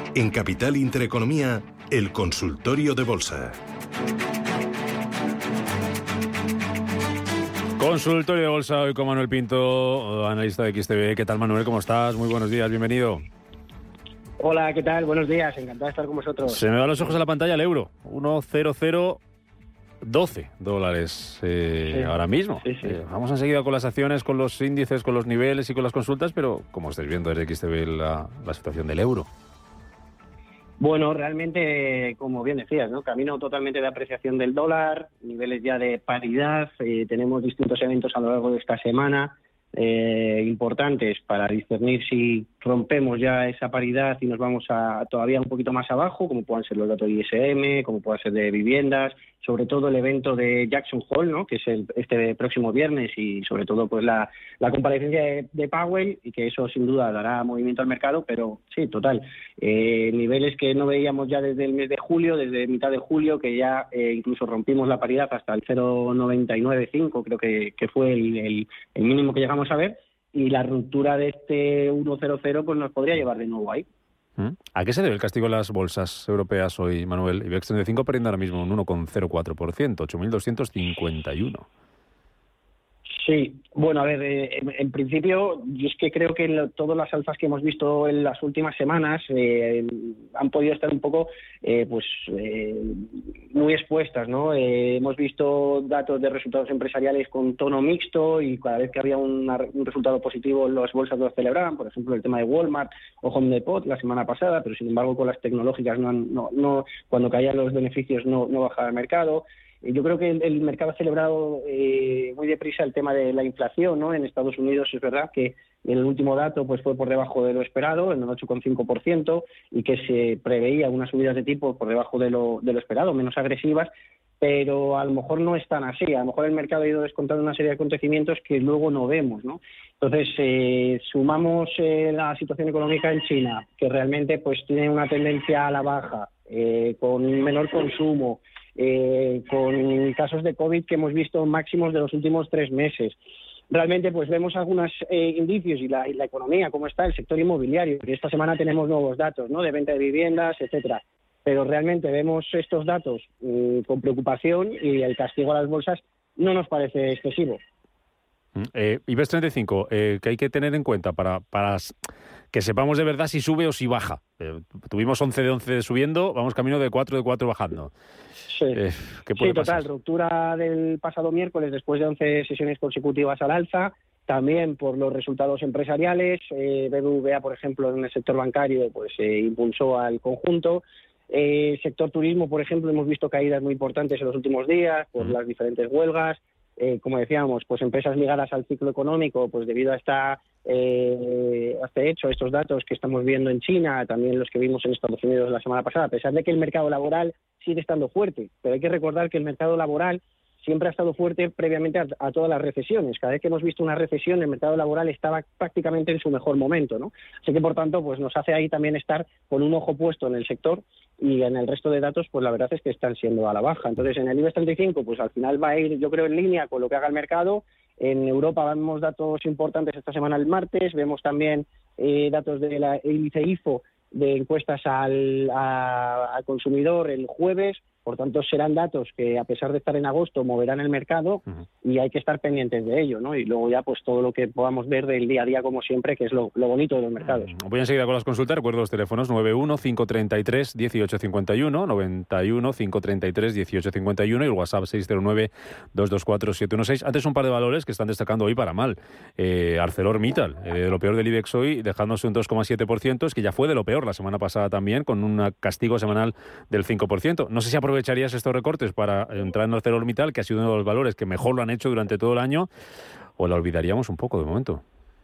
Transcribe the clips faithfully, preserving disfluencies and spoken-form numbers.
En Capital Intereconomía, el consultorio de bolsa. Consultorio de bolsa hoy con Manuel Pinto, analista de X T V. ¿Qué tal, Manuel? ¿Cómo estás? Muy buenos días, bienvenido. Hola, ¿qué tal? Buenos días, encantado de estar con vosotros. Se me van los ojos a la pantalla el euro, uno coma cero cero doce dólares eh, sí, ahora mismo. Sí, sí. Eh, vamos enseguida con las acciones, con los índices, con los niveles y con las consultas, pero como estáis viendo desde X T V la, la situación del euro. Bueno, realmente, como bien decías, ¿no? Camino totalmente de apreciación del dólar, niveles ya de paridad, eh, tenemos distintos eventos a lo largo de esta semana eh, importantes para discernir si rompemos ya esa paridad y nos vamos a todavía un poquito más abajo, como puedan ser los datos de I S M, como puedan ser de viviendas, sobre todo el evento de Jackson Hole, ¿no? Que es el, este próximo viernes, y sobre todo pues la, la comparecencia de, de Powell, y que eso sin duda dará movimiento al mercado, pero sí, total, eh, niveles que no veíamos ya desde el mes de julio, desde mitad de julio, que ya eh, incluso rompimos la paridad hasta el cero coma noventa y nueve cinco, creo que, que fue el, el, el mínimo que llegamos a ver, y la ruptura de este uno coma cero cero pues nos podría llevar de nuevo ahí. ¿A qué se debe el castigo de las bolsas europeas hoy, Manuel? IBEX treinta y cinco perdiendo ahora mismo un uno coma cero cuatro por ciento, ocho mil doscientos cincuenta y uno. Sí, bueno, a ver, eh, en, en principio, yo es que creo que lo, todas las alzas que hemos visto en las últimas semanas eh, han podido estar un poco, eh, pues, eh, muy expuestas, ¿no? Eh, hemos visto datos de resultados empresariales con tono mixto, y cada vez que había una, un resultado positivo, las bolsas lo celebraban, por ejemplo, el tema de Walmart o Home Depot la semana pasada, pero sin embargo con las tecnológicas no, no, no cuando caían los beneficios no, no bajaba el mercado. Yo creo que el mercado ha celebrado eh, muy deprisa el tema de la inflación, ¿no? En Estados Unidos es verdad que el último dato pues fue por debajo de lo esperado, en el ocho coma cinco por ciento, y que se preveía unas subidas de tipo por debajo de lo, de lo esperado, menos agresivas, pero a lo mejor no es tan así. A lo mejor el mercado ha ido descontando una serie de acontecimientos que luego no vemos, ¿no? Entonces, eh, sumamos eh, la situación económica en China, que realmente pues tiene una tendencia a la baja, eh, con menor consumo, Eh, con casos de COVID que hemos visto máximos de los últimos tres meses. Realmente pues vemos algunos eh, indicios, y la, y la economía, cómo está el sector inmobiliario, y esta semana tenemos nuevos datos, ¿no? De venta de viviendas, etcétera. Pero realmente vemos estos datos eh, con preocupación, y el castigo a las bolsas no nos parece excesivo. Eh, IBEX treinta y cinco, eh, que hay que tener en cuenta para, para que sepamos de verdad si sube o si baja. Eh, tuvimos once de once subiendo, vamos camino de cuatro de cuatro bajando. Sí, eh, ¿qué puede sí, total, pasar? Ruptura del pasado miércoles después de once sesiones consecutivas al alza, también por los resultados empresariales. eh, B B V A, por ejemplo, en el sector bancario, pues eh, impulsó al conjunto. Eh, el sector turismo, por ejemplo, hemos visto caídas muy importantes en los últimos días por mm. las diferentes huelgas. Eh, como decíamos, pues empresas ligadas al ciclo económico, pues debido a esta eh, a este hecho, estos datos que estamos viendo en China, también los que vimos en Estados Unidos la semana pasada, a pesar de que el mercado laboral sigue estando fuerte, pero hay que recordar que el mercado laboral siempre ha estado fuerte previamente a, a todas las recesiones. Cada vez que hemos visto una recesión, el mercado laboral estaba prácticamente en su mejor momento, ¿no? Así que, por tanto, pues nos hace ahí también estar con un ojo puesto en el sector, y en el resto de datos, pues la verdad es que están siendo a la baja. Entonces, en el IBEX treinta y cinco, pues al final va a ir, yo creo, en línea con lo que haga el mercado. En Europa vemos datos importantes esta semana el martes, vemos también eh, datos del índice I F O de encuestas al, a, al consumidor el jueves. Por tanto, serán datos que, a pesar de estar en agosto, moverán el mercado, uh-huh. y hay que estar pendientes de ello, ¿no? Y luego ya, pues todo lo que podamos ver del día a día, como siempre, que es lo, lo bonito de los mercados. Uh-huh. Voy enseguida con las consultas. Recuerdo los teléfonos: noventa y uno, cinco treinta y tres, dieciocho cincuenta y uno, noventa y uno, cinco treinta y tres, dieciocho cincuenta y uno, y el WhatsApp seis cero nueve, dos dos cuatro, siete uno seis. Antes, un par de valores que están destacando hoy para mal. Eh, ArcelorMittal, eh, de lo peor del IBEX hoy, dejándose un dos coma siete por ciento, es que ya fue de lo peor la semana pasada también, con un castigo semanal del cinco por ciento. No sé si aprovecharías estos recortes para entrar en ArcelorMittal, que ha sido uno de los valores que mejor lo han hecho durante todo el año, o la olvidaríamos un poco de momento.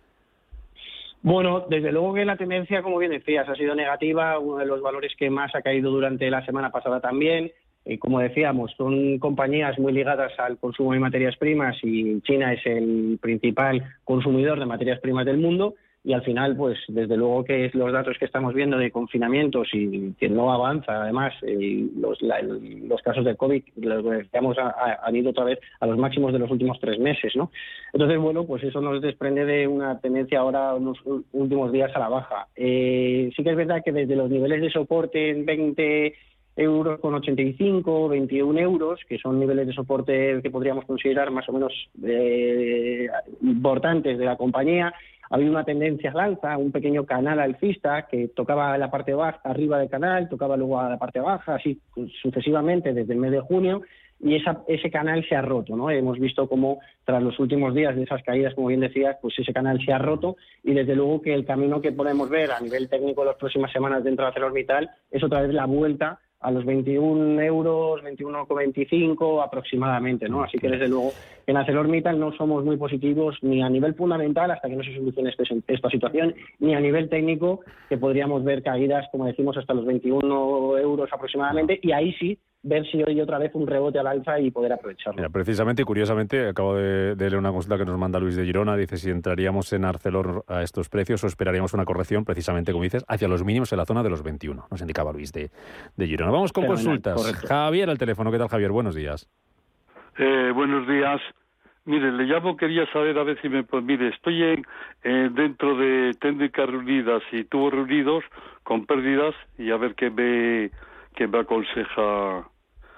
Bueno, desde luego que la tendencia, como bien decías, ha sido negativa. Uno de los valores que más ha caído durante la semana pasada también. Eh, como decíamos, son compañías muy ligadas al consumo de materias primas, y China es el principal consumidor de materias primas del mundo. y al final, pues desde luego que los datos que estamos viendo de confinamientos y que no avanza, además, eh, los, la, los casos de COVID, los que decíamos, han ido otra vez a los máximos de los últimos tres meses, ¿no? Entonces, bueno, pues eso nos desprende de una tendencia ahora en los últimos días a la baja. Eh, sí que es verdad que desde los niveles de soporte en veinte euros con ochenta y cinco, veintiún euros, que son niveles de soporte que podríamos considerar más o menos eh, importantes de la compañía, ha habido una tendencia al alza, un pequeño canal alcista que tocaba la parte baja, arriba del canal, tocaba luego a la parte baja, así sucesivamente desde el mes de junio, y esa, ese canal se ha roto, ¿no? Hemos visto cómo tras los últimos días de esas caídas, como bien decías, pues ese canal se ha roto, y desde luego que el camino que podemos ver a nivel técnico en las próximas semanas dentro de ArcelorMittal es otra vez la vuelta a los veintiún euros, veintiuno con veinticinco aproximadamente, ¿no? Así que desde luego en ArcelorMittal no somos muy positivos ni a nivel fundamental hasta que no se solucione este, esta situación, ni a nivel técnico, que podríamos ver caídas, como decimos, hasta los veintiuno euros aproximadamente, y ahí sí ver si hoy otra vez un rebote al alza y poder aprovecharlo. Mira, precisamente y curiosamente, acabo de, de leer una consulta que nos manda Luis de Girona, dice si entraríamos en Arcelor a estos precios o esperaríamos una corrección, precisamente como dices, hacia los mínimos en la zona de los veintiuno, nos indicaba Luis de, de Girona. Vamos con Fenomenal, consultas. Correcto. Javier al teléfono, ¿qué tal, Javier? Buenos días. Eh, buenos días. Mire, le llamo, quería saber a ver si me... Pues mire, estoy en, eh, dentro de técnicas reunidas y tubos reunidos con pérdidas y a ver qué me, qué me aconseja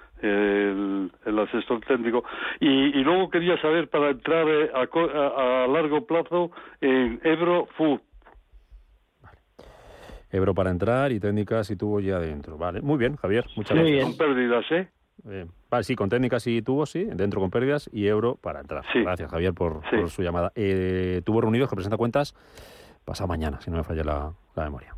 el, el asesor técnico. Y, y luego quería saber para entrar eh, a, a, a largo plazo en Ebro Food. Vale. Ebro para entrar y técnicas y tubos ya adentro. Vale, muy bien, Javier, muchas sí, gracias. Con pérdidas, ¿eh? Eh, vale, sí, con técnicas y tubos, sí, dentro con pérdidas y euro para entrar. Sí. Gracias, Javier, por, sí. por su llamada. Eh, Tubos Reunidos, que presenta cuentas pasado mañana, si no me falla la, la memoria.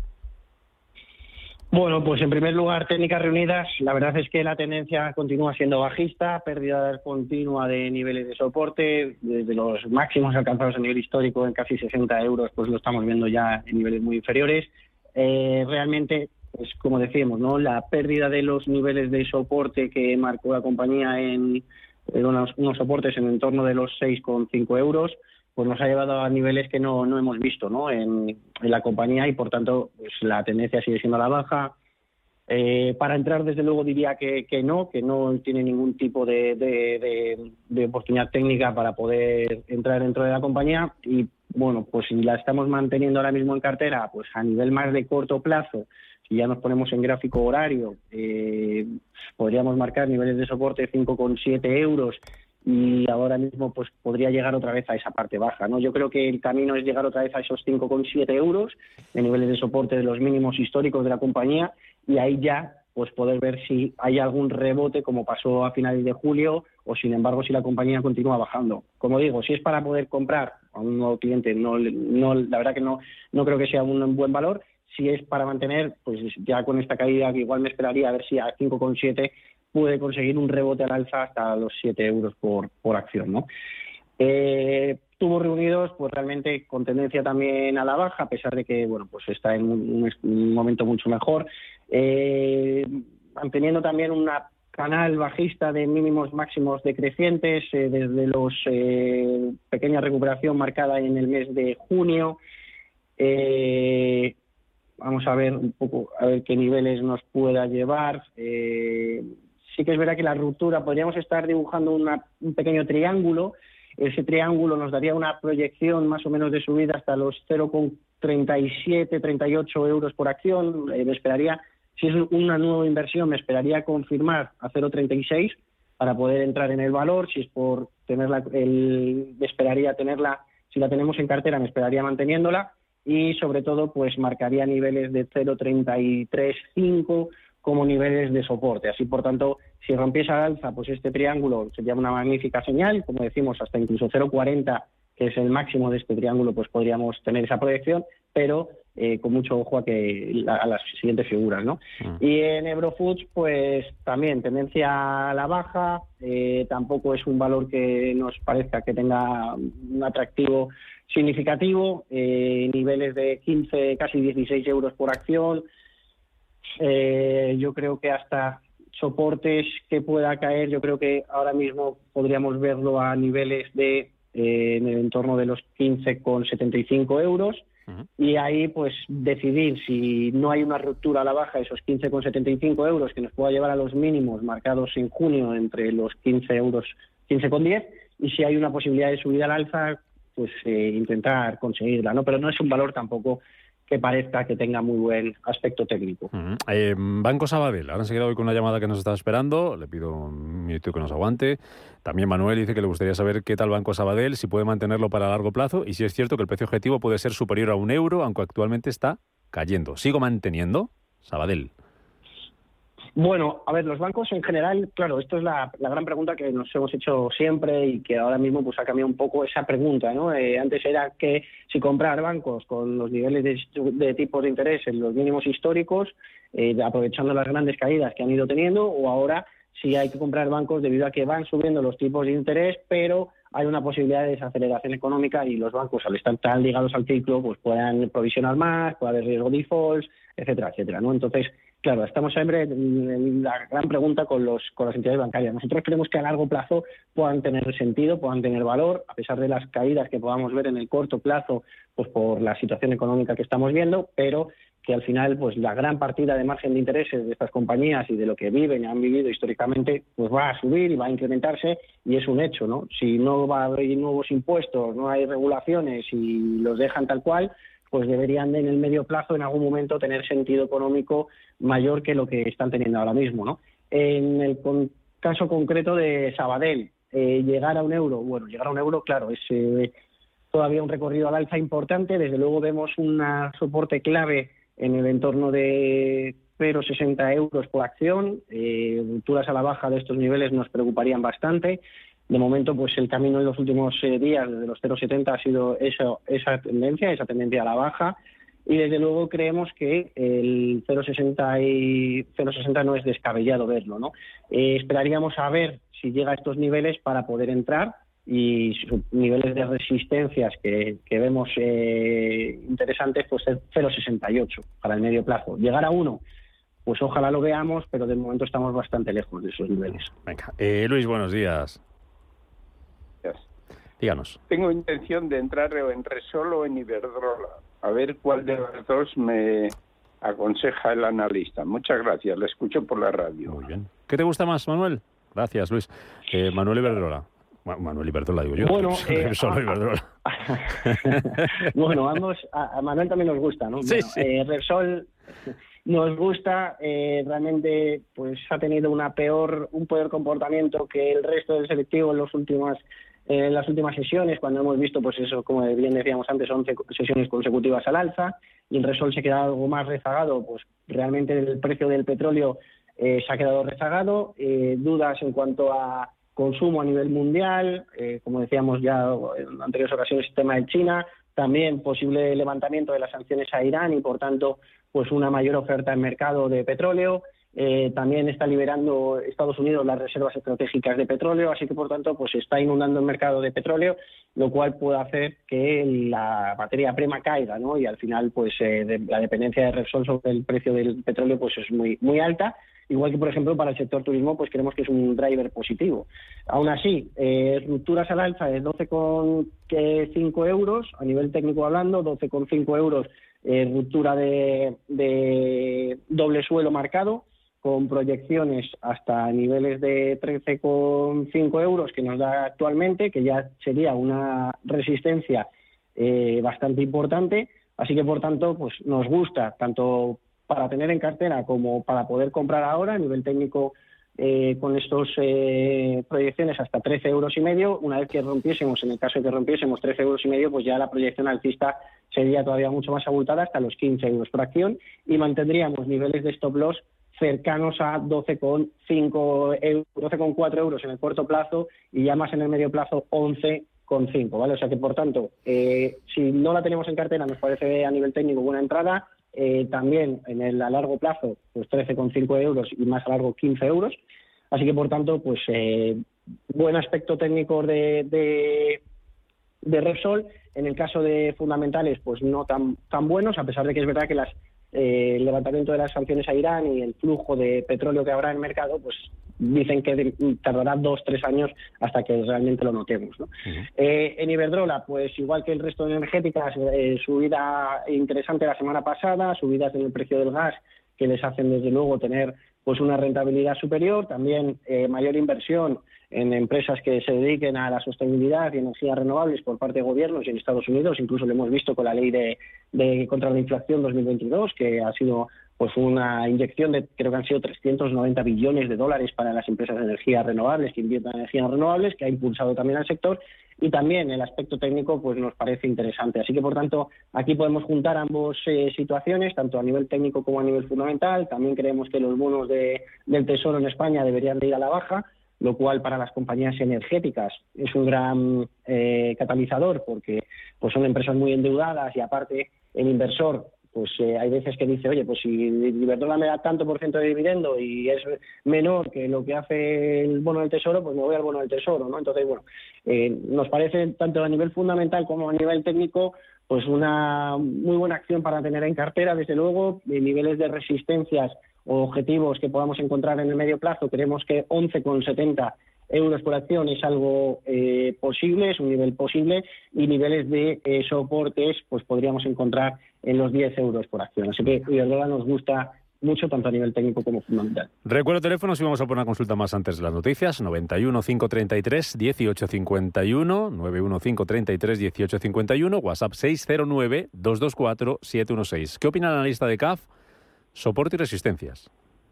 Bueno, pues en primer lugar, técnicas reunidas, la verdad es que la tendencia continúa siendo bajista, pérdida continua de niveles de soporte, desde los máximos alcanzados a nivel histórico en casi sesenta euros, pues lo estamos viendo ya en niveles muy inferiores. Eh, realmente, pues como decíamos, ¿no? La pérdida de los niveles de soporte que marcó la compañía en, en unos, unos soportes en el entorno de los seis coma cinco euros, pues nos ha llevado a niveles que no, no hemos visto, ¿no? En, en la compañía, y por tanto pues la tendencia sigue siendo a la baja. Eh, para entrar, desde luego, diría que, que no, que no tiene ningún tipo de, de, de, de oportunidad técnica para poder entrar dentro de la compañía. Y bueno, pues si la estamos manteniendo ahora mismo en cartera, pues a nivel más de corto plazo, si ya nos ponemos en gráfico horario, eh, podríamos marcar niveles de soporte cinco coma siete euros, y ahora mismo pues podría llegar otra vez a esa parte baja, ¿no? Yo creo que el camino es llegar otra vez a esos cinco coma siete euros de niveles de soporte de los mínimos históricos de la compañía, y ahí ya pues poder ver si hay algún rebote como pasó a finales de julio, o sin embargo si la compañía continúa bajando. Como digo, si es para poder comprar a un nuevo cliente, no, no la verdad que no, no creo que sea un buen valor. Si es para mantener, pues ya con esta caída que igual me esperaría a ver si a cinco coma siete puede conseguir un rebote al alza hasta los siete euros por, por acción, ¿no? Eh, tubos reunidos, pues realmente con tendencia también a la baja, a pesar de que, bueno, pues está en un, un momento mucho mejor, eh, manteniendo también una canal bajista de mínimos máximos decrecientes eh, desde los eh, pequeña recuperación marcada en el mes de junio. Eh, vamos a ver un poco a ver qué niveles nos pueda llevar. Eh, sí que es verdad que la ruptura, podríamos estar dibujando una, un pequeño triángulo. Ese triángulo nos daría una proyección más o menos de subida hasta los cero coma treinta y siete, treinta y ocho euros por acción. Eh, me esperaría, si es una nueva inversión, me esperaría confirmar a cero coma treinta y seis para poder entrar en el valor. Si es por tenerla, el, me esperaría tenerla, si la tenemos en cartera, me esperaría manteniéndola, y sobre todo pues marcaría niveles de cero coma treinta y tres cinco como niveles de soporte. Así, por tanto, si rompiese al alza, pues este triángulo sería una magnífica señal, como decimos, hasta incluso cero coma cuarenta, que es el máximo de este triángulo, pues podríamos tener esa proyección, pero eh, con mucho ojo a que a las siguientes figuras, ¿no? Mm. Y en Ebro Foods, pues también tendencia a la baja, eh, tampoco es un valor que nos parezca que tenga un atractivo significativo, eh, niveles de quince, casi dieciséis euros por acción. Eh, yo creo que hasta soportes que pueda caer, yo creo que ahora mismo podríamos verlo a niveles de eh, en el entorno de los quince con setenta y cinco euros. Uh-huh. Y ahí pues decidir si no hay una ruptura a la baja, esos quince con setenta y cinco euros que nos pueda llevar a los mínimos marcados en junio entre los quince euros, quince con diez, y si hay una posibilidad de subida al alza, pues eh, intentar conseguirla, ¿no? Pero no es un valor tampoco que parezca que tenga muy buen aspecto técnico. Uh-huh. Eh, Banco Sabadell, ahora se queda hoy con una llamada que nos está esperando, le pido un minuto que nos aguante. También Manuel dice que le gustaría saber qué tal Banco Sabadell, si puede mantenerlo para largo plazo y si es cierto que el precio objetivo puede ser superior a un euro, aunque actualmente está cayendo. ¿Sigo manteniendo Sabadell? Bueno, a ver, los bancos en general, claro, esto es la, la gran pregunta que nos hemos hecho siempre y que ahora mismo pues ha cambiado un poco esa pregunta, ¿no? Eh, antes era que si comprar bancos con los niveles de, de tipos de interés en los mínimos históricos, eh, aprovechando las grandes caídas que han ido teniendo, o ahora si hay que comprar bancos debido a que van subiendo los tipos de interés, pero hay una posibilidad de desaceleración económica y los bancos, al estar tan ligados al ciclo, pues puedan provisionar más, puede haber riesgo de defaults, etcétera, etcétera, ¿no? Entonces, claro, estamos siempre en la gran pregunta con los con las entidades bancarias. Nosotros creemos que a largo plazo puedan tener sentido, puedan tener valor, a pesar de las caídas que podamos ver en el corto plazo, pues por la situación económica que estamos viendo, pero que al final pues la gran partida de margen de intereses de estas compañías y de lo que viven y han vivido históricamente pues va a subir y va a incrementarse, y es un hecho, ¿no? Si no va a haber nuevos impuestos, no hay regulaciones y los dejan tal cual, pues deberían de, en el medio plazo en algún momento tener sentido económico mayor que lo que están teniendo ahora mismo, ¿no? En el con, caso concreto de Sabadell, eh, llegar a un euro, bueno, llegar a un euro, claro, es eh, todavía un recorrido al alza importante. Desde luego vemos un soporte clave en el entorno de cero coma sesenta euros por acción. Eh, rupturas a la baja de estos niveles nos preocuparían bastante. De momento, pues el camino en los últimos eh, días desde los cero coma setenta ha sido eso, esa tendencia, esa tendencia a la baja, y desde luego creemos que el cero coma sesenta y cero coma sesenta no es descabellado verlo, ¿no? Eh, esperaríamos a ver si llega a estos niveles para poder entrar, y sus niveles de resistencias que, que vemos eh, interesantes, pues cero coma sesenta y ocho para el medio plazo. Llegar a uno, pues ojalá lo veamos, pero de momento estamos bastante lejos de esos niveles. Venga, eh, Luis, buenos días. Díganos. Tengo intención de entrar en Repsol o en Iberdrola. A ver cuál de los dos me aconseja el analista. Muchas gracias. Le escucho por la radio. Muy bien. ¿Qué te gusta más, Manuel? Gracias, Luis. Eh, Manuel Iberdrola. Manuel Iberdrola, digo yo. Bueno, eh, solo Iberdrola. Bueno, ambos, a, a Manuel también nos gusta, ¿no? Sí, bueno, sí. Eh, Repsol nos gusta, eh, realmente pues ha tenido una peor, un peor comportamiento que el resto del selectivo en los últimas eh, en las últimas sesiones, cuando hemos visto, pues eso, como bien decíamos antes, once sesiones consecutivas al alza, y el Repsol se queda algo más rezagado. Pues realmente el precio del petróleo eh, se ha quedado rezagado, eh, dudas en cuanto a consumo a nivel mundial, eh, como decíamos ya en anteriores ocasiones, el tema de China, también posible levantamiento de las sanciones a Irán y por tanto pues una mayor oferta en mercado de petróleo. Eh, también está liberando Estados Unidos las reservas estratégicas de petróleo, así que por tanto pues está inundando el mercado de petróleo, lo cual puede hacer que la materia prima caiga, ¿no? Y al final pues eh, de, la dependencia de Repsol sobre el precio del petróleo pues es muy muy alta. Igual que, por ejemplo, para el sector turismo, pues creemos que es un driver positivo. Aún así, eh, rupturas al alza de doce coma cinco euros, a nivel técnico hablando, doce coma cinco euros, eh, ruptura de, de doble suelo marcado, con proyecciones hasta niveles de trece coma cinco euros que nos da actualmente, que ya sería una resistencia eh, bastante importante. Así que, por tanto, pues nos gusta tanto para tener en cartera como para poder comprar ahora a nivel técnico, eh, con estas eh, proyecciones hasta trece euros y medio. Una vez que rompiésemos, en el caso de que rompiésemos trece euros y medio, pues ya la proyección alcista sería todavía mucho más abultada, hasta los quince euros por acción, y mantendríamos niveles de stop loss cercanos a doce coma cinco euros, doce coma cuatro euros en el corto plazo, y ya más en el medio plazo once coma cinco, ¿vale? O sea que, por tanto, eh, si no la tenemos en cartera, nos parece a nivel técnico buena entrada. Eh, también en el a largo plazo, pues trece coma cinco euros, y más a largo quince euros. Así que, por tanto, pues eh, buen aspecto técnico de, de, de Repsol. En el caso de fundamentales, pues no tan tan buenos, a pesar de que es verdad que las eh, el levantamiento de las sanciones a Irán y el flujo de petróleo que habrá en el mercado, pues dicen que de, tardará dos, tres años hasta que realmente lo notemos, ¿no? Uh-huh. Eh, en Iberdrola, pues igual que el resto de energéticas, eh, subida interesante la semana pasada, subidas en el precio del gas que les hacen desde luego tener pues una rentabilidad superior, también eh, mayor inversión en empresas que se dediquen a la sostenibilidad y energías renovables por parte de gobiernos y en Estados Unidos, incluso lo hemos visto con la ley de, de contra la inflación dos mil veintidós, que ha sido pues una inyección de, creo que han sido trescientos noventa billones de dólares para las empresas de energías renovables que inviertan en energías renovables, que ha impulsado también al sector, y también el aspecto técnico pues nos parece interesante. Así que, por tanto, aquí podemos juntar ambas eh, situaciones, tanto a nivel técnico como a nivel fundamental. También creemos que los bonos de, del Tesoro en España deberían de ir a la baja, lo cual para las compañías energéticas es un gran eh, catalizador, porque pues son empresas muy endeudadas y aparte el inversor pues eh, hay veces que dice, oye, pues si Iberdrola me da tanto por ciento de dividendo y es menor que lo que hace el bono del Tesoro, pues me voy al bono del Tesoro, ¿no? Entonces, bueno, eh, nos parece tanto a nivel fundamental como a nivel técnico pues una muy buena acción para tener en cartera, desde luego, de niveles de resistencias o objetivos que podamos encontrar en el medio plazo. Creemos que once con setenta euros por acción es algo eh, posible, es un nivel posible, y niveles de eh, soportes pues podríamos encontrar en los diez euros por acción. Así que Iberdrola nos gusta mucho, tanto a nivel técnico como fundamental. Recuerdo teléfonos y vamos a poner una consulta más antes de las noticias. noventa y uno, cinco treinta y tres, dieciocho cincuenta y uno, noventa y uno, cinco treinta y tres, dieciocho cincuenta y uno, WhatsApp seis cero nueve, dos dos cuatro, siete uno seis. ¿Qué opina el analista de C A F? Soporte y resistencias.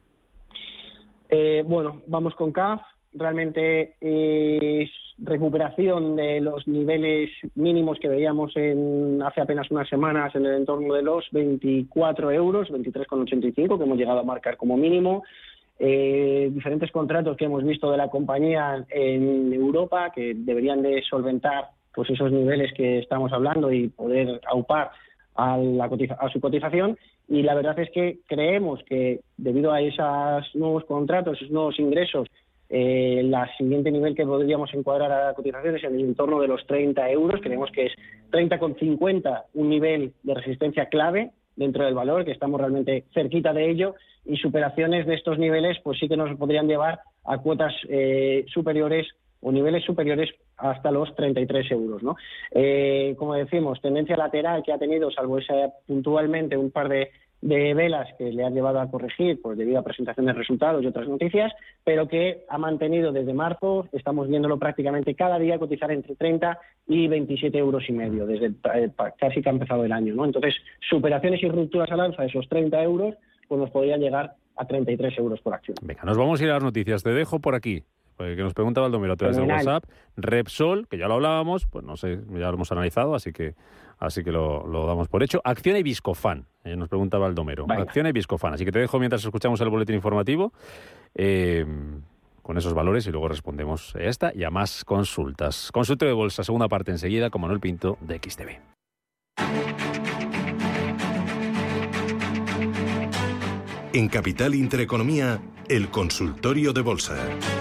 Eh, bueno, vamos con C A F. Realmente es recuperación de los niveles mínimos que veíamos en hace apenas unas semanas en el entorno de los veinticuatro euros, veintitrés con ochenta y cinco, que hemos llegado a marcar como mínimo. Eh, diferentes contratos que hemos visto de la compañía en Europa que deberían de solventar pues esos niveles que estamos hablando y poder aupar a, la cotiza- a su cotización. Y la verdad es que creemos que debido a esos nuevos contratos, esos nuevos ingresos, Eh, el siguiente nivel que podríamos encuadrar a cotizaciones en el entorno de los treinta euros. Creemos que es treinta con cincuenta un nivel de resistencia clave dentro del valor, que estamos realmente cerquita de ello, y superaciones de estos niveles pues sí que nos podrían llevar a cuotas eh, superiores o niveles superiores hasta los treinta y tres euros, ¿no? Eh, como decimos, tendencia lateral que ha tenido, salvo esa puntualmente un par de de velas que le han llevado a corregir pues debido a presentación de resultados y otras noticias, pero que ha mantenido desde marzo. Estamos viéndolo prácticamente cada día cotizar entre treinta y veintisiete euros y medio desde eh, casi que ha empezado el año, ¿no? Entonces, superaciones y rupturas al alza de esos treinta euros pues nos podrían llegar a treinta y tres euros por acción. Venga, nos vamos a ir a las noticias. Te dejo por aquí, que nos pregunta Baldomero a través del WhatsApp. Repsol, que ya lo hablábamos, pues no sé, ya lo hemos analizado, así que así que lo, lo damos por hecho. Acciona y Viscofan, eh, nos pregunta Baldomero. Vaya. Acciona y Viscofan, así que te dejo mientras escuchamos el boletín informativo eh, con esos valores y luego respondemos a esta y a más consultas. Consultorio de bolsa, segunda parte enseguida, con Manuel Pinto de X T V. En Capital Intereconomía, el consultorio de bolsa.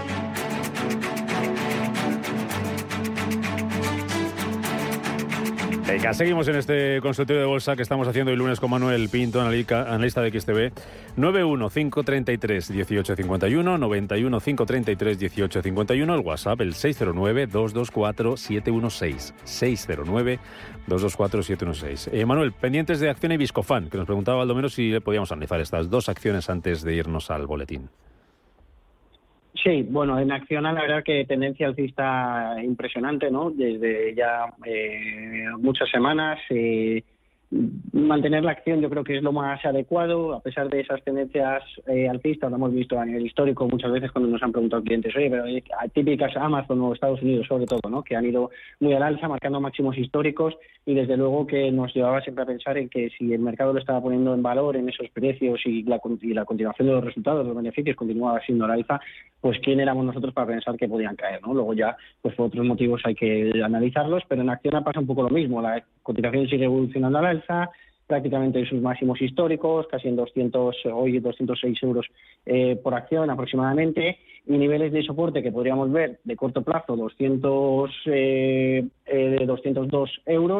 Venga, seguimos en este consultorio de bolsa que estamos haciendo el lunes con Manuel Pinto, analista de X T V. noventa y uno, cinco treinta y tres, dieciocho cincuenta y uno, noventa y uno, cinco treinta y tres, dieciocho cincuenta y uno, el WhatsApp, el seis cero nueve, dos dos cuatro, siete uno seis. seis cero nueve, dos dos cuatro, siete uno seis. Eh, Manuel, pendientes de Acciona y Viscofan, que nos preguntaba Baldomero si podíamos analizar estas dos acciones antes de irnos al boletín. Sí, bueno, en Acciona la verdad que tendencia alcista impresionante, ¿no? Desde ya eh, muchas semanas. Eh, mantener la acción yo creo que es lo más adecuado, a pesar de esas tendencias eh, alcistas. Lo hemos visto a nivel histórico muchas veces cuando nos han preguntado clientes, oye, pero hay típicas Amazon o Estados Unidos sobre todo, ¿no? Que han ido muy al alza, marcando máximos históricos, y desde luego que nos llevaba siempre a pensar en que si el mercado lo estaba poniendo en valor en esos precios y la, y la continuación de los resultados, los beneficios continuaba siendo al alza, pues quién éramos nosotros para pensar que podían caer, ¿no? Luego ya, pues por otros motivos hay que analizarlos, pero en Acciona pasa un poco lo mismo. La cotización sigue evolucionando al alza, prácticamente en sus máximos históricos, casi en doscientos, hoy doscientos seis euros eh, por acción aproximadamente, y niveles de soporte que podríamos ver de corto plazo, doscientos, eh, eh, doscientos dos euros,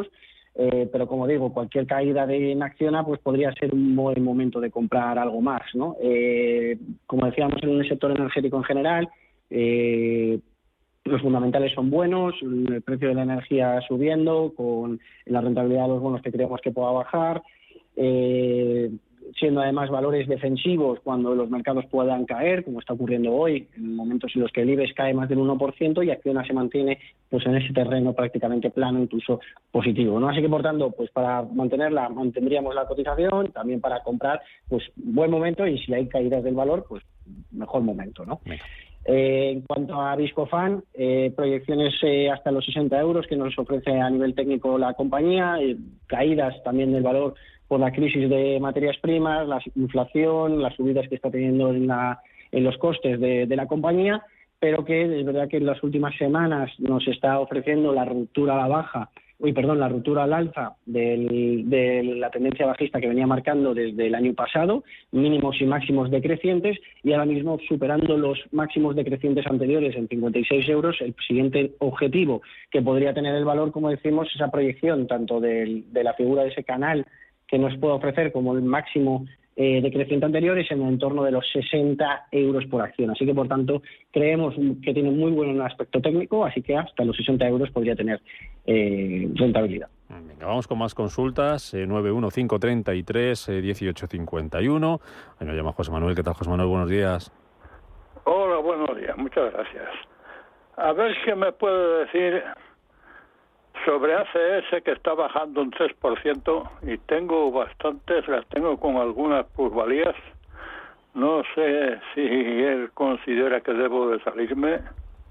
Eh, pero como digo, cualquier caída de en Acciona pues podría ser un buen momento de comprar algo más, ¿no? Eh, como decíamos, en el sector energético en general, eh, los fundamentales son buenos, el precio de la energía subiendo, con la rentabilidad de los bonos que creemos que pueda bajar, eh, siendo además valores defensivos cuando los mercados puedan caer, como está ocurriendo hoy, en momentos en los que el IBEX cae más del uno por ciento y Acciona se mantiene pues en ese terreno prácticamente plano, incluso positivo, ¿no? Así que, por tanto, pues para mantenerla, mantendríamos la cotización, también para comprar, pues buen momento, y si hay caídas del valor, pues mejor momento, ¿no? Eh, en cuanto a Viscofan, eh, proyecciones eh, hasta los sesenta euros que nos ofrece a nivel técnico la compañía, eh, caídas también del valor por la crisis de materias primas, la inflación, las subidas que está teniendo en, la, en los costes de, de la compañía, pero que es verdad que en las últimas semanas nos está ofreciendo la ruptura a la baja, uy, perdón, la ruptura al alza del, de la tendencia bajista que venía marcando desde el año pasado, mínimos y máximos decrecientes, y ahora mismo superando los máximos decrecientes anteriores en cincuenta y seis euros. El siguiente objetivo que podría tener el valor, como decimos, esa proyección tanto del, de la figura de ese canal que nos puede ofrecer como el máximo eh, decreciente anterior es en el entorno de los sesenta euros por acción. Así que, por tanto, creemos que tiene muy buen aspecto técnico, así que hasta los sesenta euros podría tener eh, rentabilidad. Venga, vamos con más consultas. Eh, nueve uno cinco tres tres, eh, dieciocho cincuenta y uno. Ahí nos llama José Manuel. ¿Qué tal, José Manuel? Buenos días. Hola, buenos días. Muchas gracias. A ver si me puede decir sobre A C S, que está bajando un tres por ciento, y tengo bastantes, las tengo con algunas plusvalías. No sé si él considera que debo de salirme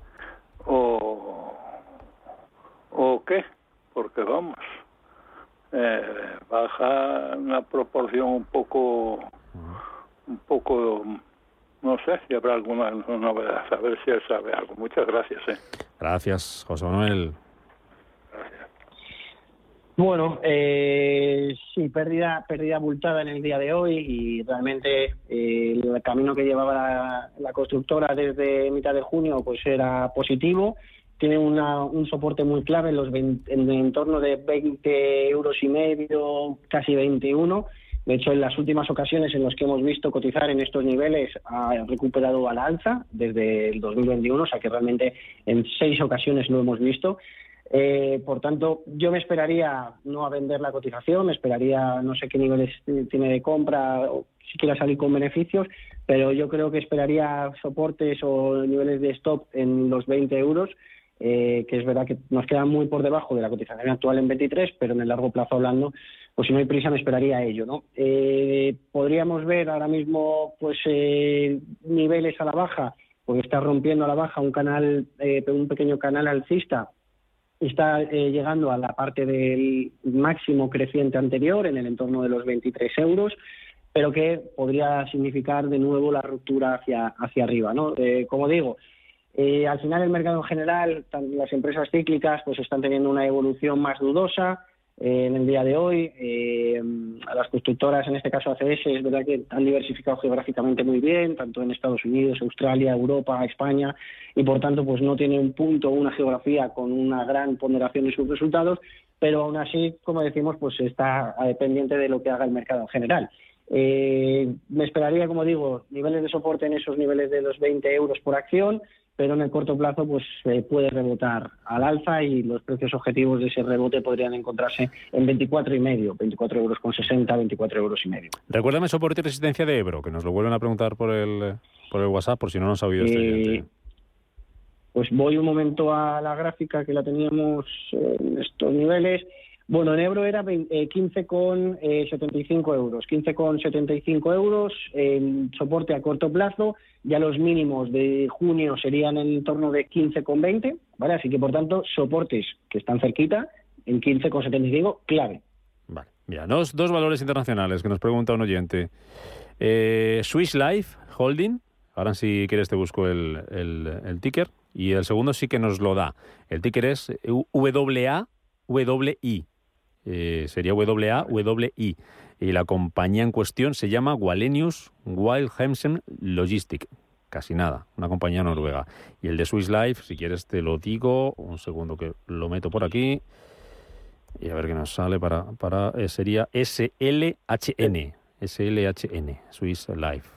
o, o qué, porque vamos, eh, baja una proporción un poco, un poco, no sé si habrá alguna novedad, a ver si él sabe algo. Muchas gracias. ¿eh? Gracias, José Manuel. Bueno, eh, sí, pérdida, pérdida abultada en el día de hoy, y realmente eh, el camino que llevaba la, la constructora desde mitad de junio pues era positivo. Tiene una, un soporte muy clave en los veinte, en, en torno de veinte euros y medio, casi veintiuno. De hecho, en las últimas ocasiones en las que hemos visto cotizar en estos niveles ha recuperado a la alza desde el dos mil veintiuno, o sea que realmente en seis ocasiones lo hemos visto. Eh, por tanto, yo me esperaría no a vender la cotización, me esperaría, no sé qué niveles tiene de compra o si quiera salir con beneficios, pero yo creo que esperaría soportes o niveles de stop en los veinte euros, eh, que es verdad que nos quedan muy por debajo de la cotización actual en veintitrés, pero en el largo plazo hablando, pues si no hay prisa me esperaría a ello, ¿no? Eh, podríamos ver ahora mismo pues eh, niveles a la baja, porque está rompiendo a la baja un canal, eh, un pequeño canal alcista. Está eh, llegando a la parte del máximo creciente anterior, en el entorno de los veintitrés euros, pero que podría significar de nuevo la ruptura hacia, hacia arriba, ¿no? Eh, como digo, eh, al final el mercado en general, las empresas cíclicas pues están teniendo una evolución más dudosa eh, en el día de hoy. Eh, a las constructoras, en este caso A C S, es verdad que han diversificado geográficamente muy bien, tanto en Estados Unidos, Australia, Europa, España, y por tanto pues no tiene un punto o una geografía con una gran ponderación en sus resultados, pero aún así, como decimos, pues está pendiente de lo que haga el mercado en general. Eh, me esperaría, como digo, niveles de soporte en esos niveles de los veinte euros por acción, pero en el corto plazo pues eh, puede rebotar al alza, y los precios objetivos de ese rebote podrían encontrarse en veinticuatro y medio, veinticuatro euros con sesenta, veinticuatro euros y medio. Recuérdame soporte y resistencia de Ebro, que nos lo vuelven a preguntar por el por el WhatsApp, por si no nos ha oído este oyente. Eh, pues voy un momento a la gráfica que la teníamos en estos niveles. Bueno, en Ebro era quince con setenta y cinco euros, quince con setenta y cinco euros, el soporte a corto plazo, ya los mínimos de junio serían en torno de quince con veinte, ¿vale? Así que, por tanto, soportes que están cerquita, en quince con setenta y cinco, clave. Vale, mira, dos, dos valores internacionales que nos pregunta un oyente. Eh, Swiss Life Holding, ahora si quieres te busco el, el, el ticker, y el segundo sí que nos lo da. El ticker es W A W I. Eh, sería W A W I, y la compañía en cuestión se llama Wallenius Wilhelmsen Logistic, casi nada, una compañía noruega. Y el de Swiss Life, si quieres te lo digo, un segundo que lo meto por aquí, Y a ver qué nos sale para... para eh, sería S L H N. S L H N, Swiss Life.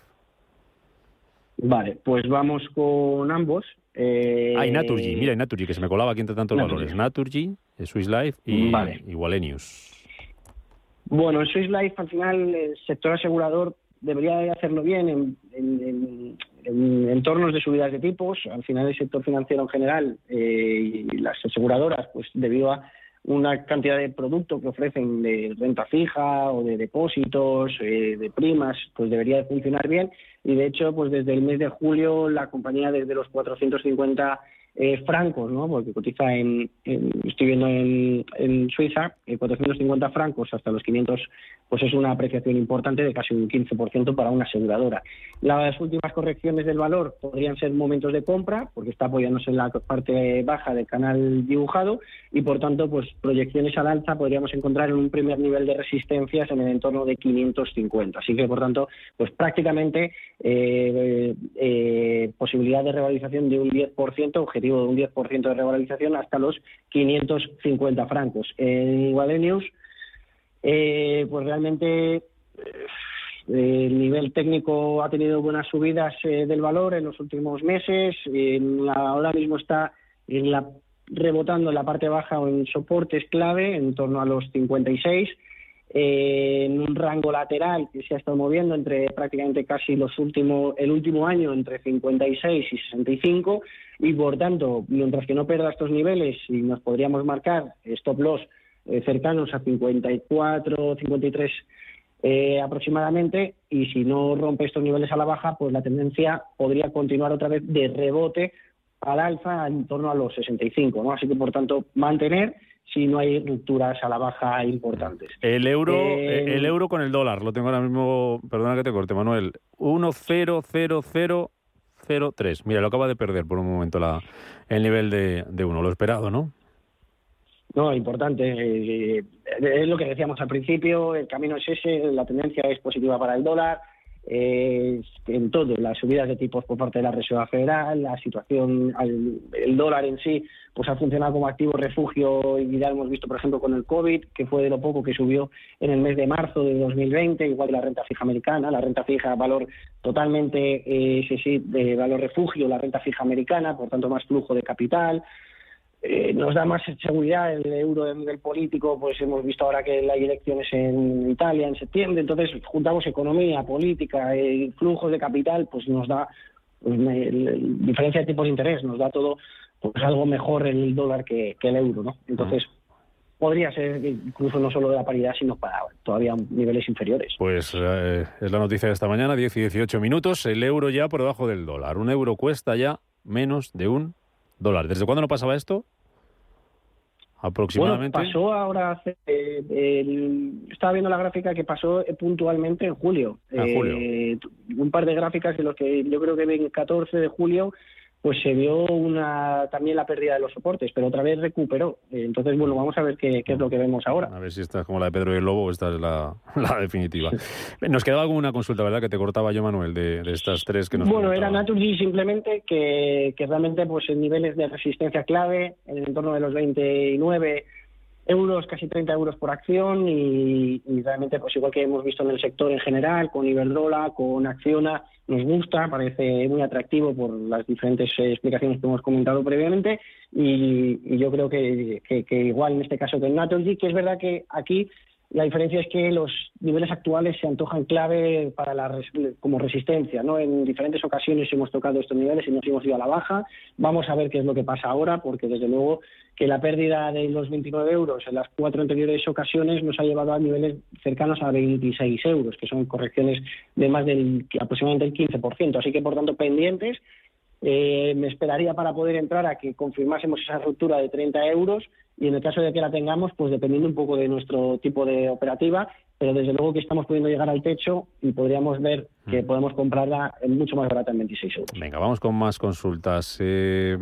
Vale, pues vamos con ambos. Eh... Ah, y Naturgy. Mira, y Naturgy, que se me colaba aquí entre tantos Naturgy. valores. Naturgy, Swiss Life y, vale. y Wallenius. Bueno, en Swiss Life, al final, el sector asegurador debería de hacerlo bien en, en, en, en entornos de subidas de tipos. Al final, el sector financiero en general eh, y las aseguradoras, pues debido a una cantidad de productos que ofrecen de renta fija o de depósitos, eh, de primas, pues debería de funcionar bien. Y de hecho, pues desde el mes de julio la compañía desde los cuatrocientos cincuenta eh, francos, ¿no? Porque cotiza en, en estoy viendo en, en Suiza, eh, cuatrocientos cincuenta francos hasta los quinientos, pues es una apreciación importante de casi un quince por ciento para una aseguradora. Las últimas correcciones del valor podrían ser momentos de compra, porque está apoyándose en la parte baja del canal dibujado, y por tanto, pues proyecciones al alza podríamos encontrar en un primer nivel de resistencias en el entorno de quinientos cincuenta. Así que, por tanto, pues prácticamente eh, eh, posibilidad de revalorización de un diez por ciento, objetivo de un diez por ciento de revalorización hasta los quinientos cincuenta francos. En Wallenius, eh, pues realmente eh, el nivel técnico ha tenido buenas subidas eh, del valor en los últimos meses. En la, ahora mismo está en la, rebotando en la parte baja o en soportes clave en torno a los cincuenta y seis. Eh, en un rango lateral que se ha estado moviendo entre prácticamente casi los últimos el último año entre cincuenta y seis y sesenta y cinco, y por tanto, mientras que no pierda estos niveles, y nos podríamos marcar stop loss eh, cercanos a cincuenta y cuatro, cincuenta y tres eh, aproximadamente, y si no rompe estos niveles a la baja, pues la tendencia podría continuar otra vez de rebote al alza en torno a los sesenta y cinco, ¿no? Así que, por tanto, mantener si no hay rupturas a la baja importantes. El euro, eh, el euro con el dólar, lo tengo ahora mismo, perdona que te corte, Manuel, uno coma cero cero cero cero tres. Mira, lo acaba de perder por un momento la, el nivel de, de uno, lo esperado, ¿no? No, importante. Eh, es lo que decíamos al principio, el camino es ese, la tendencia es positiva para el dólar. Eh, en todo, las subidas de tipos por parte de la Reserva Federal, la situación, el, el dólar en sí, pues ha funcionado como activo refugio, y ya lo hemos visto, por ejemplo, con el COVID, que fue de lo poco que subió en el mes de marzo de dos mil veinte, igual que la renta fija americana, la renta fija valor totalmente, eh, sí, sí, de valor refugio, la renta fija americana, por tanto más flujo de capital. Eh, nos da más seguridad el euro de nivel político, pues hemos visto ahora que hay elecciones en Italia en septiembre, entonces juntamos economía, política, eh, flujos de capital, pues nos da, pues, me, el, el, diferencia de tipos de interés, nos da todo pues algo mejor el dólar que, que el euro, ¿no? Entonces podría ser incluso no solo de la paridad, sino para todavía niveles inferiores. Pues eh, es la noticia de esta mañana, diez y dieciocho minutos, el euro ya por debajo del dólar. Un euro cuesta ya menos de un dólar. ¿Desde cuándo no pasaba esto? Aproximadamente. Bueno, pasó ahora, hace, eh, el, estaba viendo la gráfica que pasó eh, puntualmente en julio. En eh, julio. Un par de gráficas de los que yo creo que en el catorce de julio pues se vio una también la pérdida de los soportes, pero otra vez recuperó. Eh, entonces, bueno, vamos a ver qué, qué es lo que vemos ahora. A ver si esta es como la de Pedro y el Lobo o esta es la, la definitiva. Nos quedaba alguna consulta, ¿verdad? Que te cortaba yo, Manuel, de, de estas tres que nos Bueno, era Naturgy simplemente que, que realmente pues en niveles de resistencia clave, en el entorno de los veintinueve euros, casi treinta euros por acción, y, y realmente pues igual que hemos visto en el sector en general, con Iberdrola, con Acciona, nos gusta, parece muy atractivo por las diferentes eh, explicaciones que hemos comentado previamente, y, y yo creo que, que, que igual en este caso que en Naturgy, que es verdad que aquí la diferencia es que los niveles actuales se antojan clave para la res, como resistencia, ¿no? En diferentes ocasiones hemos tocado estos niveles y nos hemos ido a la baja. Vamos a ver qué es lo que pasa ahora, porque desde luego que la pérdida de los veintinueve euros en las cuatro anteriores ocasiones nos ha llevado a niveles cercanos a veintiséis euros, que son correcciones de más del aproximadamente el quince por ciento. Así que, por tanto, pendientes. Eh, me esperaría para poder entrar a que confirmásemos esa ruptura de treinta euros, y en el caso de que la tengamos, pues dependiendo un poco de nuestro tipo de operativa, pero desde luego que estamos pudiendo llegar al techo y podríamos ver que podemos comprarla mucho más barata en veintiséis euros. Venga, vamos con más consultas. Eh,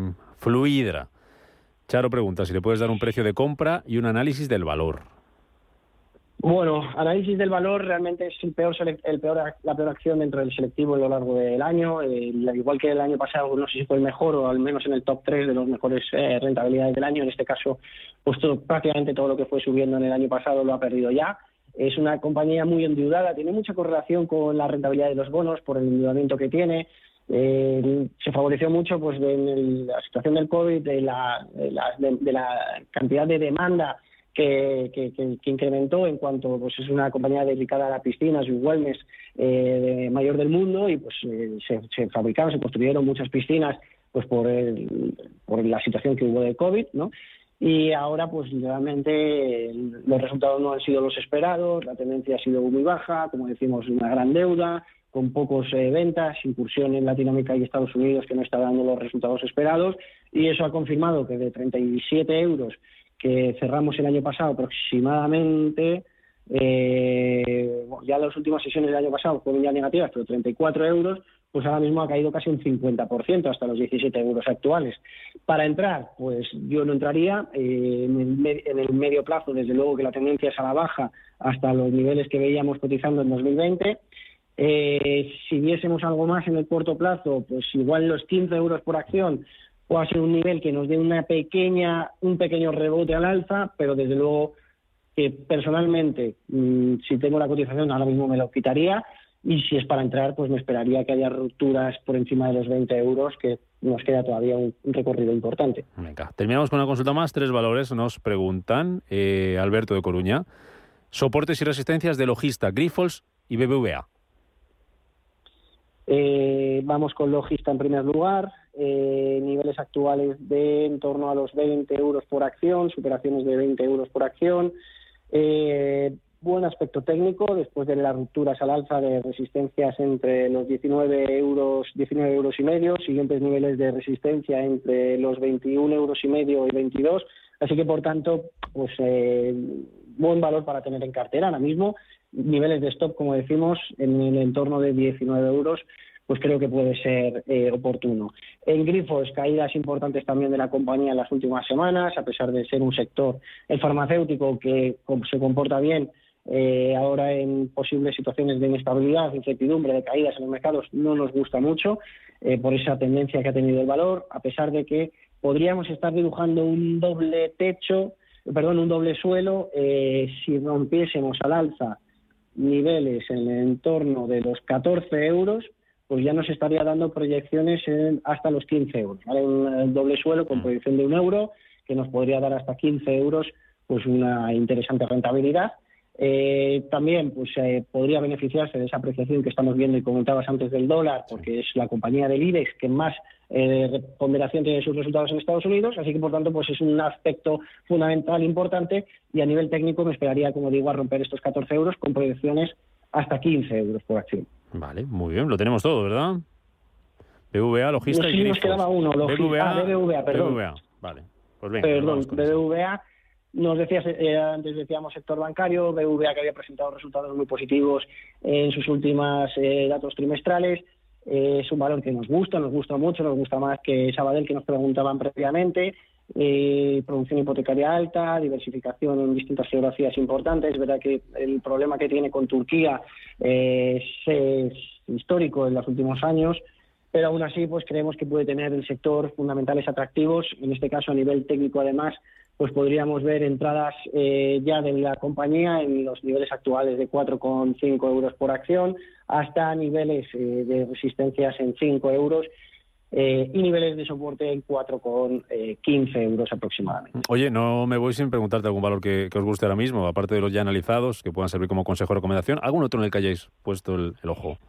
Fluidra. Charo pregunta si le puedes dar un precio de compra y un análisis del valor. Bueno, análisis del valor realmente es el peor, el peor la peor acción dentro del selectivo a lo largo del año. Eh, igual que el año pasado, no sé si fue el mejor o al menos en el top tres de los mejores eh, rentabilidades del año. En este caso, pues todo, prácticamente todo lo que fue subiendo en el año pasado lo ha perdido ya. Es una compañía muy endeudada, tiene mucha correlación con la rentabilidad de los bonos por el endeudamiento que tiene. Eh, se favoreció mucho pues en el, la situación del COVID, de la, de la, de, de la cantidad de demanda Que, que, que, que incrementó en cuanto pues es una compañía dedicada a las piscinas y wellness eh, de mayor del mundo y pues eh, se, se fabricaron, se construyeron muchas piscinas pues por, el, por la situación que hubo de COVID, ¿no? Y ahora pues realmente los resultados no han sido los esperados, la tendencia ha sido muy baja, como decimos, una gran deuda, con pocos eh, ventas, incursión en Latinoamérica y Estados Unidos que no está dando los resultados esperados, y eso ha confirmado que de treinta y siete euros que cerramos el año pasado aproximadamente, eh, ya las últimas sesiones del año pasado fueron ya negativas, pero treinta y cuatro euros, pues ahora mismo ha caído casi un cincuenta por ciento hasta los diecisiete euros actuales. Para entrar, pues yo no entraría, eh, en, el me- en el medio plazo, desde luego que la tendencia es a la baja hasta los niveles que veíamos cotizando en dos mil veinte. Eh, si viésemos algo más en el corto plazo, pues igual los quince euros por acción, puede ser un nivel que nos dé una pequeña, un pequeño rebote al alza, pero desde luego que personalmente, mmm, si tengo la cotización ahora mismo me lo quitaría, y si es para entrar, pues me esperaría que haya rupturas por encima de los veinte euros, que nos queda todavía un, un recorrido importante. Venga, terminamos con una consulta más. Tres valores nos preguntan, eh, Alberto de Coruña. Soportes y resistencias de Logista, Grifols y B B V A. Eh, vamos con Logista en primer lugar, eh, niveles actuales de en torno a los veinte euros por acción, superaciones de veinte euros por acción, eh, buen aspecto técnico después de las rupturas al alza de resistencias entre los diecinueve euros, diecinueve euros y medio, siguientes niveles de resistencia entre los veintiún euros y medio y veintidós, así que por tanto, pues eh, buen valor para tener en cartera ahora mismo. Niveles de stop, como decimos, en el entorno de diecinueve euros, pues creo que puede ser eh, oportuno. En Grifols, caídas importantes también de la compañía en las últimas semanas, a pesar de ser un sector, el farmacéutico, que se comporta bien, eh, ahora en posibles situaciones de inestabilidad, incertidumbre, de caídas en los mercados, no nos gusta mucho eh, por esa tendencia que ha tenido el valor, a pesar de que podríamos estar dibujando un doble techo, perdón, un doble suelo, eh, si rompiésemos al alza niveles en el entorno de los catorce euros, pues ya nos estaría dando proyecciones en hasta los quince euros, ¿vale? Un doble suelo con proyección de un euro, que nos podría dar hasta quince euros, pues una interesante rentabilidad. Eh, también pues eh, podría beneficiarse de esa apreciación que estamos viendo y comentabas antes del dólar, porque es la compañía del IBEX que más eh, ponderación tiene sus resultados en Estados Unidos, así que por tanto pues es un aspecto fundamental importante, y a nivel técnico me esperaría, como digo, a romper estos catorce euros con proyecciones hasta quince euros por acción. Vale, muy bien, lo tenemos todo, ¿verdad? B B V A, Logista no, y sí, Grifols. nos quedaba uno, Logi- B B V A, ah, B B V A, perdón. B B V A, vale. Pues venga, Perdón, con B eso. B V A, nos decías, eh, antes decíamos sector bancario, B B V A que había presentado resultados muy positivos en sus últimas eh, datos trimestrales. Eh, es un valor que nos gusta, nos gusta mucho, nos gusta más que Sabadell, que nos preguntaban previamente. Eh, producción hipotecaria alta, diversificación en distintas geografías importantes. Es verdad que el problema que tiene con Turquía eh, es, es histórico en los últimos años, pero aún así pues creemos que puede tener el sector fundamentales atractivos. En este caso, a nivel técnico, además, pues podríamos ver entradas eh, ya de la compañía en los niveles actuales de cuatro coma cinco euros por acción hasta niveles eh, de resistencias en cinco euros. Eh, y niveles de soporte en cuatro coma quince euros aproximadamente. Oye, no me voy sin preguntarte algún valor que, que os guste ahora mismo, aparte de los ya analizados, que puedan servir como consejo o recomendación. ¿Algún otro en el que hayáis puesto el, el ojo?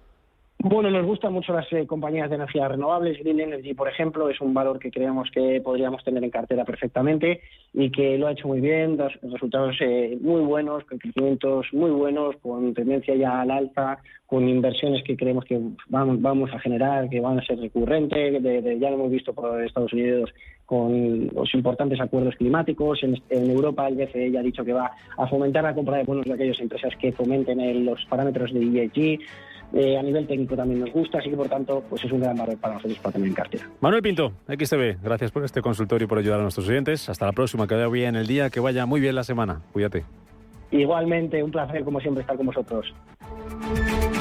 Bueno, nos gustan mucho las eh, compañías de energías renovables. Green Energy, por ejemplo, es un valor que creemos que podríamos tener en cartera perfectamente y que lo ha hecho muy bien, dos resultados eh, muy buenos, con crecimientos muy buenos, con tendencia ya al alza, con inversiones que creemos que vamos, vamos a generar, que van a ser recurrentes. De, de, ya lo hemos visto por Estados Unidos con los importantes acuerdos climáticos. En, en Europa el B C E ya ha dicho que va a fomentar la compra de bonos de aquellas empresas que fomenten el, los parámetros de E S G. Eh, a nivel técnico también nos gusta, así que por tanto pues es un gran valor para nosotros para tener en cartera. Manuel Pinto, X T B, gracias por este consultorio y por ayudar a nuestros oyentes. Hasta la próxima, que vaya bien el día, que vaya muy bien la semana. Cuídate. Igualmente, un placer como siempre estar con vosotros.